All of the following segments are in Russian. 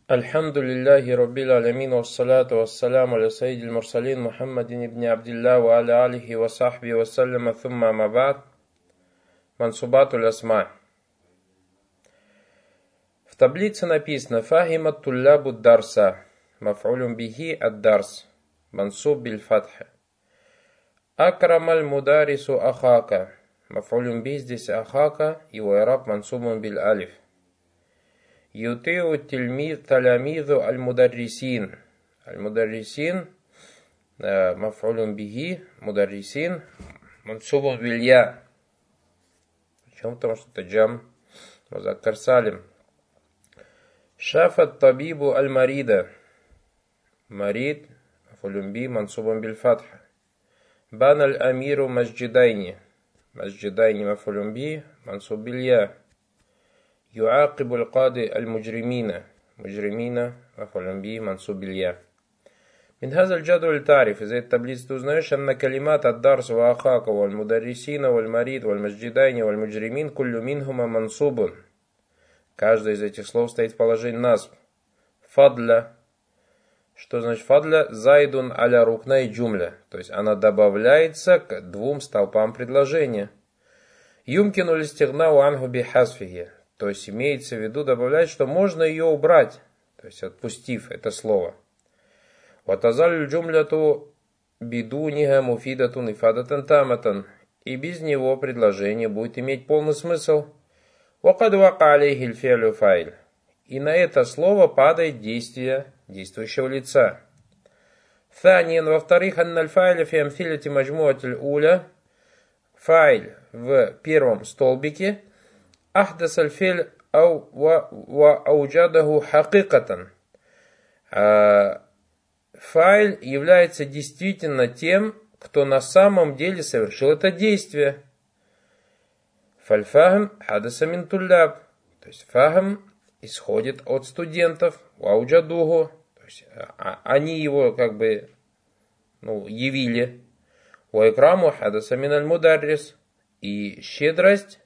Альхамдулиллахи Раббил Алямин, вассалату вассаляму аля сайидил мурсалин Мухаммадин ибн Абдилля ва аля алихи ва сахби вассаляма thumma амабад. Мансубатуль асма. В таблице написано Фахимат туллябу дарса, маф'улюм бихи ад-дарс, мансуб биль фатха. Акрамаль мударису ахака, маф'улюм бих здесь ахака, его ираб мансубун биль алиф. Ютиу талямиду аль-мударрисин. Аль-мударрисин, маф'улюм бихи, мударрисин, мансубун биль я. Почему? Потому что это джам, музаккар салим. Шафат табибу аль-марида. Марид, маф'улюм бихи, мансубун биль фатха. Бан аль-амиру масджидайни. Масджидайни маф'улюм бихи, мансуб биль я. يعاقب القاضي المجرمين مجرمين مفعول به منصوب بالياء. من هذا الجدول تعرف إذا التبليغ تузнаешь أن كلمات الدرس وأخاك والمدرسين والمريض والمسجدين والمجرمين كل منهما منصوب. Каждое из этих слов стоит в положении насб. Фадля. Что значит фадля? Зайдун аля рукна и джумля. То есть она добавляется к двум столпам предложения. Юмкину листигнау анху бихасфихи. То есть имеется в виду добавлять, что можно ее убрать, то есть отпустив это слово. Ватазалю джумляту бидуниха муфидатун ифадатан таматан. И без него предложение будет иметь полный смысл. Вакад вака алейхи фи'лю файль. И на это слово падает действие действующего лица. Тhanиян, во-вторых, анналь файля фи амфиляти маджмуатиль уля. Файль в первом столбике. أحدث الفعل وأوجده حقيقة. Файль является действительно тем, кто на самом деле совершил это действие. Фальфахм хадаса мин тулляб. То есть фахм исходит от студентов. Вауджадуху. То есть они его как бы явили. Ваикраму хадаса мин аль-мударрис. И щедрость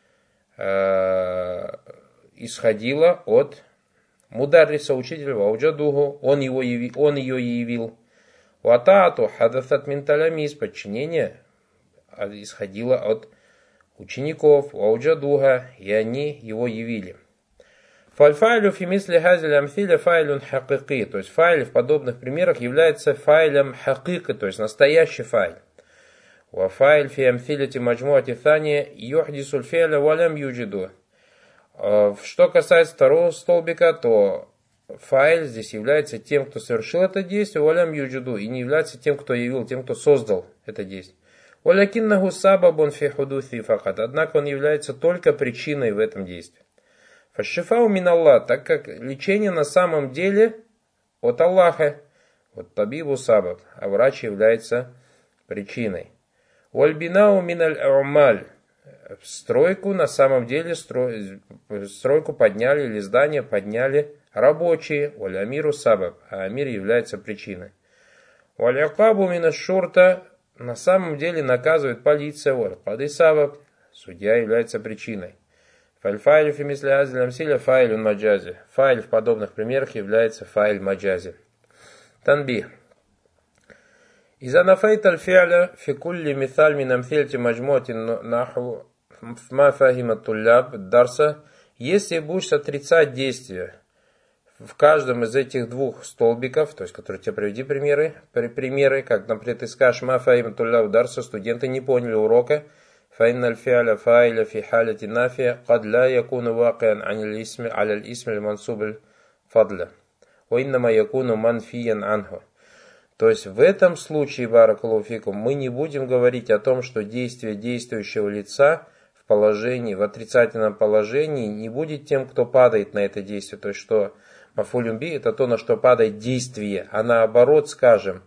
исходила от мударриса, учителя, вауджадуху, он ее явил. Ватаату хадасат мин талямиз, подчинение исходило от учеников, вауджадуха, и они его явили. Фальфайлю фи мисли хазиль амфиля файлюн хакики, то есть файль в подобных примерах является файлем хакики, то есть настоящий файль. Вафайль фи амфиляти маджмуати thания юхдисуль фи'ля валям юджиду. Что касается второго столбика, то файль здесь является тем, кто совершил это действие, валям юджиду, и не является тем, кто явил, тем, кто создал это действие. Валякиннаху сабабун фи худуси факат. Однако он является только причиной в этом действии. Фашшифау мин Аллах, так как лечение на самом деле от Аллаха. Вот табибу сабаб, а врач является причиной. Вальбинау миналь аумаль. Стройку на самом деле стройку подняли или здание подняли рабочие. Валямиру сабаб. А амир является причиной. Валякабу минаш шурта. На самом деле наказывает полиция. Валькады сабаб. Судья является причиной. Фальфайлю фимисли азиль амсиля файлюн маджази. Файль в подобных примерах является файль маджази. Танбих. إذا نفيت الفعل في كل مثال من أمثلة مجموعة نحو ما فهم الطلاب الدرس, если будешь отрицать действие в каждом из этих двух столбиков, то есть, которые тебе приведи примеры, как, например, ты скажешь «Ма фахим ат-туллаб дарса», студенты не поняли урока, فإن الفعل فاعل في حالة نافية قد لا يكون واقعا على الاسم المنصوب الفضل وإنما يكون منفيا عنه. То есть в этом случае, баракаллаху фикум, мы не будем говорить о том, что действие действующего лица в отрицательном положении не будет тем, кто падает на это действие. То есть что мафулюм би это то, на что падает действие, а наоборот скажем,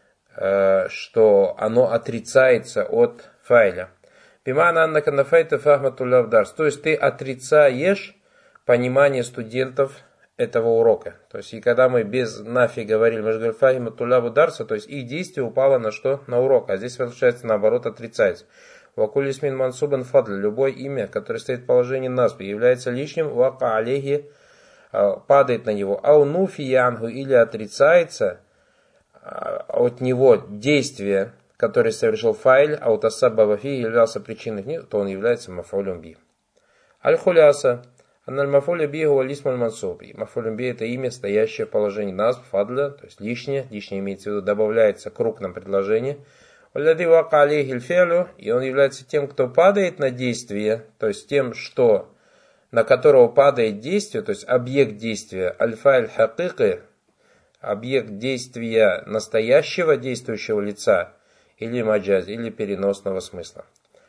что оно отрицается от файля. Бимана аннака нафайта фахматуллав дарс. То есть ты отрицаешь понимание студентов этого урока. То есть, и когда мы без нафи говорили, мы же говорим фахима тулябу дарса, то есть их действие упало на что? На урок. А здесь, получается, наоборот, отрицается. Вакулисмин мансубан фадл. Любое имя, которое стоит в положении насби, является лишним. Вака алейхи падает на него, аунуфиянху, или отрицается от него действие, которое совершил файль, аутасаббафи являлся причиной, то он является мафулем би. Аль-хуляса. Аналь-мафуля би гуа лисмуль мансуб. Мафулем би это имя, стоящее в положении насб, фадля, то есть лишнее. Лишнее имеется в виду, добавляется к рукнам предложения. Валлади вака алейхи фелю, и он является тем, кто падает на действие, то есть тем, что на которого падает действие, то есть объект действия, аль-файль хакики, объект действия настоящего действующего лица, или маджаз, или переносного смысла.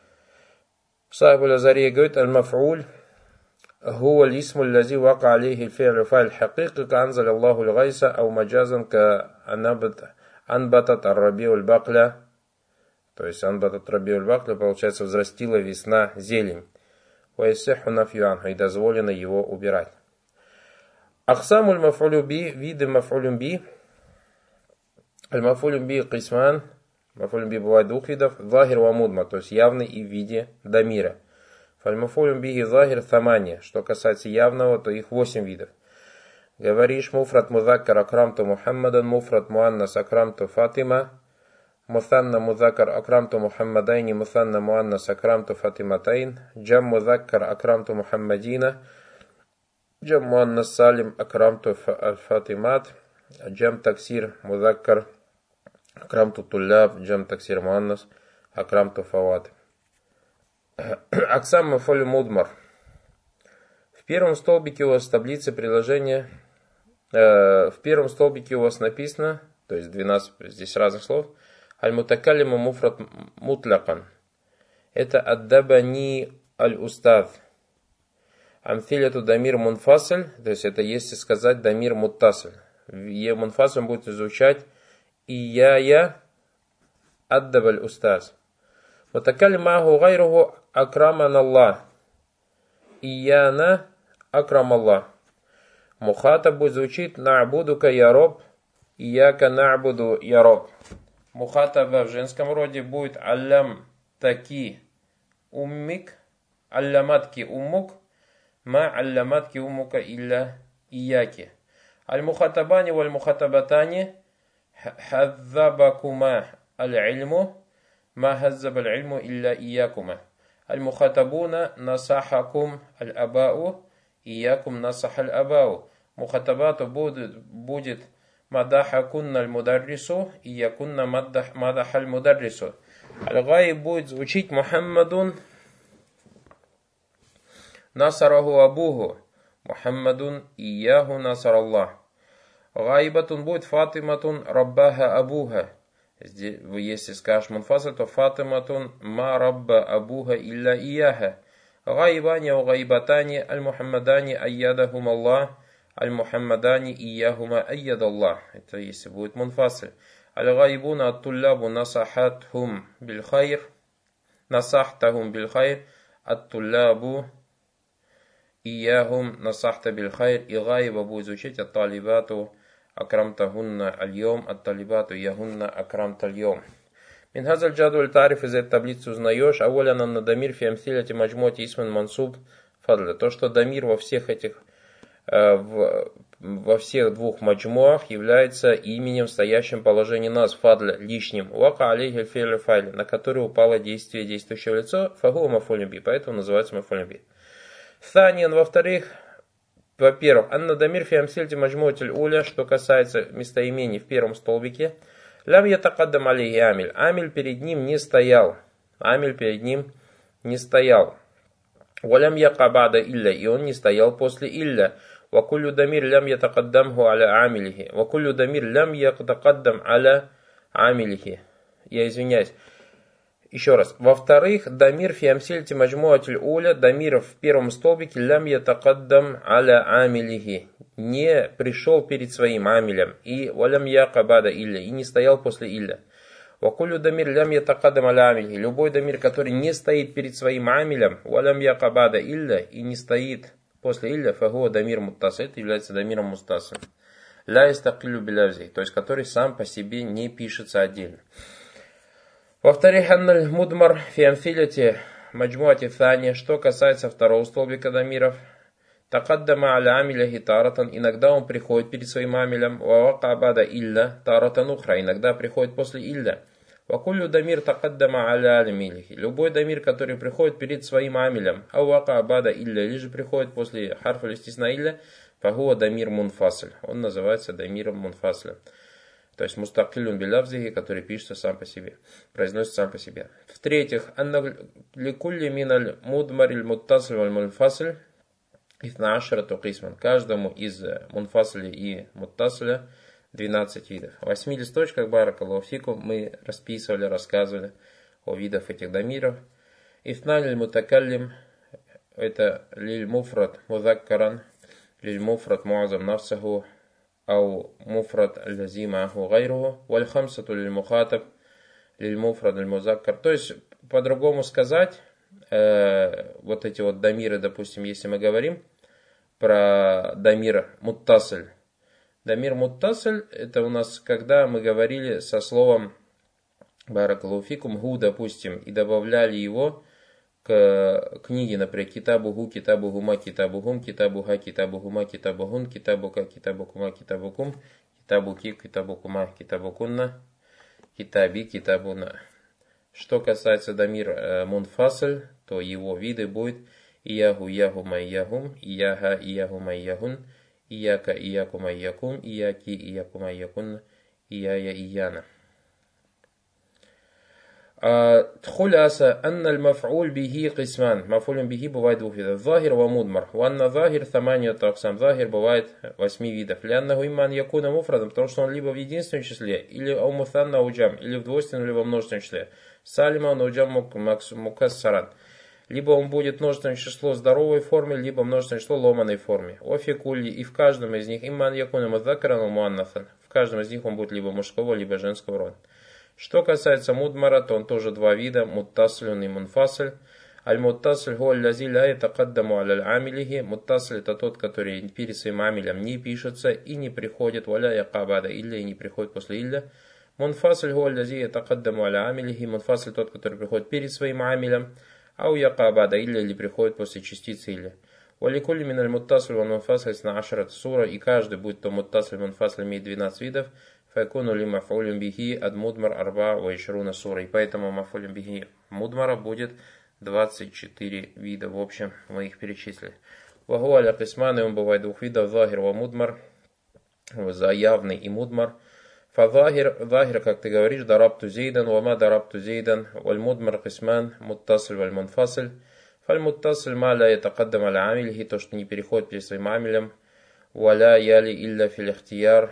Сахиб аль-Азария говорит, аль-маф'уль хуа лисмуль лази вака алейхи фе'лю файль хакики ка анзаль Аллаху л-гайса ау маджазан ка анбатат ар-рабиуль бакля. То есть анбатат ар-рабиуль бакля, получается, взрастила весна зелень. Вайсиху нафьюанху, и дозволено его убирать. Ахсамуль маф'улю би, виды маф'улю би. Аль-маф'улю би кисман. Маф'улю би бывает двух видов. Захир ва мудма, то есть явный и в виде дамира. Фаль-маф'улю би захир тамани. Что касается явного, то их 8 видов. Говоришь муфрат музаккар акрамту Мухаммадан, муфрат муаннас акрамту Фатима, мусанна музаккар акрамту Мухаммадайни, мусанна муаннас акрамту Фатиматайн, джам музаккар акрамту Мухаммадина, джам муаннас салим акрамту Фатимат, джам таксир музаккар акрамту Туллаб, джам таксир муаннас акрамту Фават. Аксам маф'уль мудмар. В первом столбике у вас таблицы приложения. В первом столбике у вас написано, то есть 12 здесь разных слов. Аль-мутакаллиму муфрат мутлакан. Это аддабани аль-устад. Амфиляту дамир мунфасль, то есть это если сказать дамир муттасль. Мунфасль будет звучать ияя аддабаль устаз. Мутакаллимаху гайруху акраман Аллах. Ияна акрам Аллах. Мухатаб будет звучить на'будука я роб, ияка на'буду я роб. Мухатаба в женском роде будет аллам таки уммик, алламатки уммук, ма алламатки уммука илля ияки. Аль-мухатабани валь-мухатабатани хаззабакума аль-ильму, ма хаззаба аль-ильму илля иякума. Аль-мухатабуна насахакум аль-абау, иякум насах аль-абау. Мухатабату будет мадахакунна аль-мударрису, иякунна мадах аль-мударрису. Аль-гайб будет звучить Мухаммадун насараху абуху, Мухаммадун ияху насараллах. Гайбатун будет Фатиматун раббаха абуха. Если скажешь мунфасаль, то Фатиматун ма рабба абуха илля ияха. Гайбани у гайбатани аль-Мухаммадани айядахум Аллах, аль-Мухаммадани ияхума айядаллах. Это если будет мунфасаль. Аль-гайбуна ат-туллабу насахатхум биль-хайр, насахтахум биль-хайр, ат-туллабу ияхум насахта биль-хайр. И гайба будет звучать ат-талибату акрамтахунна аль-йом, ат-талибату яхунна акрамта аль-йом. Минхазаль джадуль тариф, из этой таблицы узнаешь, аволян анна дамир фи амсиляти маджмуати исман мансуб фадля. То, что дамир во всех этих, во всех двух маджмуах является именем, стоящим в положении нас, фадля, лишним. Вака алейхи фе'лю файль, на который упало действие действующего лица, фагу мафулем би, поэтому называется мафулем би. Саниан, во-вторых, во-первых, анна дамир фи амсиляти маджмуати уля, что касается местоимений в первом столбике, лям ятакаддам алейхи амиль. Амиль перед ним не стоял. Амиль перед ним не стоял. Валям якабада илля. И он не стоял после илля. Вакулю дамир лям ятакаддамху аля амилихи. Вакулю дамир лям ятакаддам аля амилихи. Я извиняюсь. Еще раз. Во-вторых, дамир фи амсильти маджмуатиль уля. Дамир в первом столбике лям ятакаддам аля амилихи. Не пришел перед своим амилем. И валям якабада илля. И не стоял после илля. Вакулю дамир лям ятакаддам аля амилихи. Любой дамир, который не стоит перед своим амилем, валям якабада илля, и не стоит после илля, фагуа дамир муттас. Это является дамиром мустасом. Ля истакилю билявзи. То есть, который сам по себе не пишется отдельно. Во-вторых, анналь мудмар фи амфиляти маджмуати фани. Что касается второго столбика дамиров, Такаддама аля амиляхи таратан. Иногда он приходит перед своим амилем. Вавака бада илля таратан ухра. Иногда приходит после илля. Вакулю дамир такаддама аля амилихи. Любой дамир, который приходит перед своим амилем. Авака бада илля. Или же приходит после харфа листисна илля. Фагуа дамир мунфасль. Он называется дамиром мунфаслем. То есть мустакилюн билявзихи, который пишется сам по себе, произносится сам по себе. В-третьих, анна ликулли миналь мудмариль муттасль валь мунфасль ифна ашара туқисман. Каждому из мунфасли и муттасля 12 видов. В 8 листочках баракаллаху фикум мы расписывали, рассказывали о видах этих дамиров. Ифна лиль мутакаллим, это лиль муфрат музаккаран, лиль муфрат муазам нафсаху, أو مفرد الذي معه غيره والخمسة للمخاطب للمفرد المذكر. То есть, по-другому сказать, вот эти вот дамиры, допустим, если мы говорим про дамир муттасль. Дамир муттасль, это у нас, когда мы говорили со словом баракаллаху фикум гу, допустим, и добавляли его к книге, например, китабу гу, китабу гума, китабу гум, китабу га, китабу гума, китабу гун, китабу ка, китабу кума, китабу кум, китабу ки, китабу кума, китабу кунна, китаби, китабу на. Что касается дамир мунфасль, то его виды будет иягу, ягу, майягум, ияга, иягу, майягун, ияка, ияку, майякум, ияки, ияку, майякун, ияя, ияна. Тхуляса анна маф'уль бихи кисман. Маф'уль бихи бывает двух видов. Захир ва мудмар. Ванна захир таманию таксам. Захир бывает 8 видов. Ляннаху иман якуна муфрадом, потому что он либо в единственном числе, или аумутанна уджам, или в двойственном, либо в множественном числе. Салима уджам мукассаран. Либо он будет множественное число в здоровой форме, либо множественное число в ломаной форме. Офикулли, и в каждом из них иман якуна мудзакаран муаннафан. В каждом из них он будет либо мужского, либо женского рода. Что касается мудмара, то он тоже два вида, муттаслюн и мунфасль. Аль-муттасль хуа аллази ля ятакаддаму аляль амилихи. Муттасль это тот, который перед своим амилем не пишется и не приходит, валя якабада илля, и не приходит после илля. Мунфасль хуа аллази ятакаддаму аля амилихи. Мунфасль тот, который приходит перед своим амилем, ау якабада илля, или приходит после частицы илля. Валикулли миналь муттасль ва мунфасль сна ашарат сура, и каждый, будь то муттасль мунфасль, имеет 12 видов. Файкуну ли маф'улюн бихи ад мудмар арба ва ишруна сура. И поэтому маф'улюн бихи мудмара будет 24 вида. В общем, мы их перечислили. Вагу аля кисман, и он бывает двух видов. Захир ва мудмар. Заявный и мудмар. Фазахир, как ты говоришь, дарабту зейдан, вама дарабту зейдан, валь мудмар кисман, муттасль валь мунфасль. Фаль муттасль ма ля ятакаддам аля амильхи, то, что не переходит перед своим амилем. Валя яли илля фил ихтияр.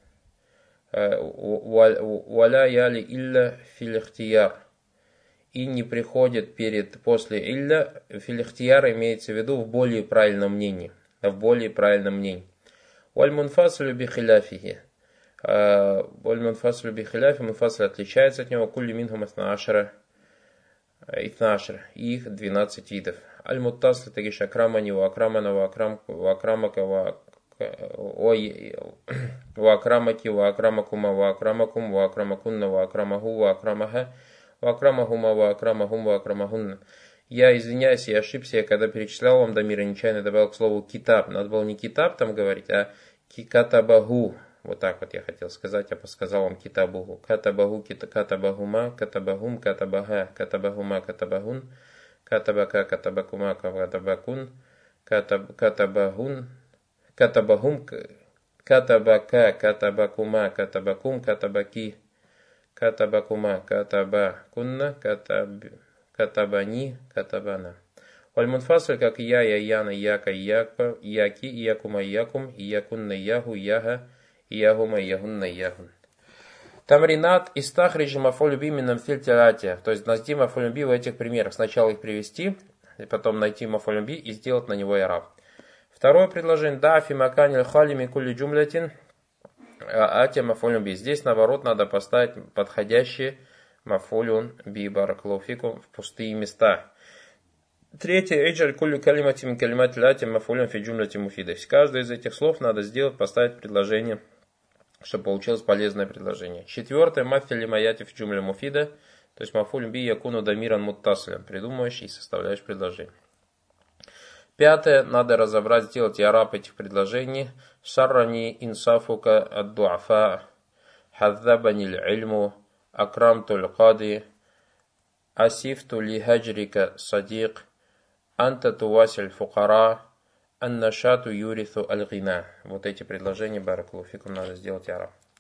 Валя яли илля филихтияр. И не приходит после илля. Филихтияр имеется в виду в более правильном мнении. В более правильном мнении. Валь мунфаслю бихиляфихи. Валь мунфаслю бихиляфи. Мунфаслю отличается от него. Кулли минхум итнаашара. Их 12 видов. Аль муттасли тагиш акрамани ва акрамана ва акрамака ва акрамаки ва акрамакума ва акрамакум ва акрамакунна ва акрамаху ва акрамаха ва акрамахума ва акрамахум ва акрамахунна. Я извиняюсь, я ошибся, я когда перечислял вам дамир, нечаянно добавил к слову китаб. Надо было не китаб там говорить, а катабагу. Вот так вот я хотел сказать, я подсказал вам китабугу. Катабагу, катабагума, катабагум, катабага, катабагума, катабагун, катабака, катабакума, катабакун, катабагун, катабагум, катабака, катабакума, катабакум, катабаки, катабакума, катабакунна, катабани, катабана. Вальмунфасль, как я, яна, яка, якпа, яки, якума, якум, якунна, ягу, яга, ягума, ягунна, ягун. Тамринат истахриджи мафолю би минам фильтилатия. То есть найти мафолю би в этих примерах. Сначала их привести, и потом найти мафолю би и сделать на него ираб. Второе предложение. Да, фимаканил халими кули джумлятин атия мафолю би. Здесь наоборот надо поставить подходящие мафолюн би бараклауфикум в пустые места. Третье. Эйджаль кулю калиматим калимат латим мафолюн фи джумляти муфида. Каждое из этих слов надо сделать, поставить предложение, чтобы получилось полезное предложение. Четвертое. Мафили маяти в джумля муфида. То есть мафуль би якуну дамиран муттаслям. Придумываешь и составляешь предложение. Пятое, надо разобрать, сделать яраб этих предложений. Саррани инсафука ад-дуафа, хадзабани л-ильму, акрамту л-кади, асифту ли хаджрика садик, анта тувасиль фукара, аннашату юриту аль-гина. Вот эти предложения, баракаллаху фикум, надо сделать яраб.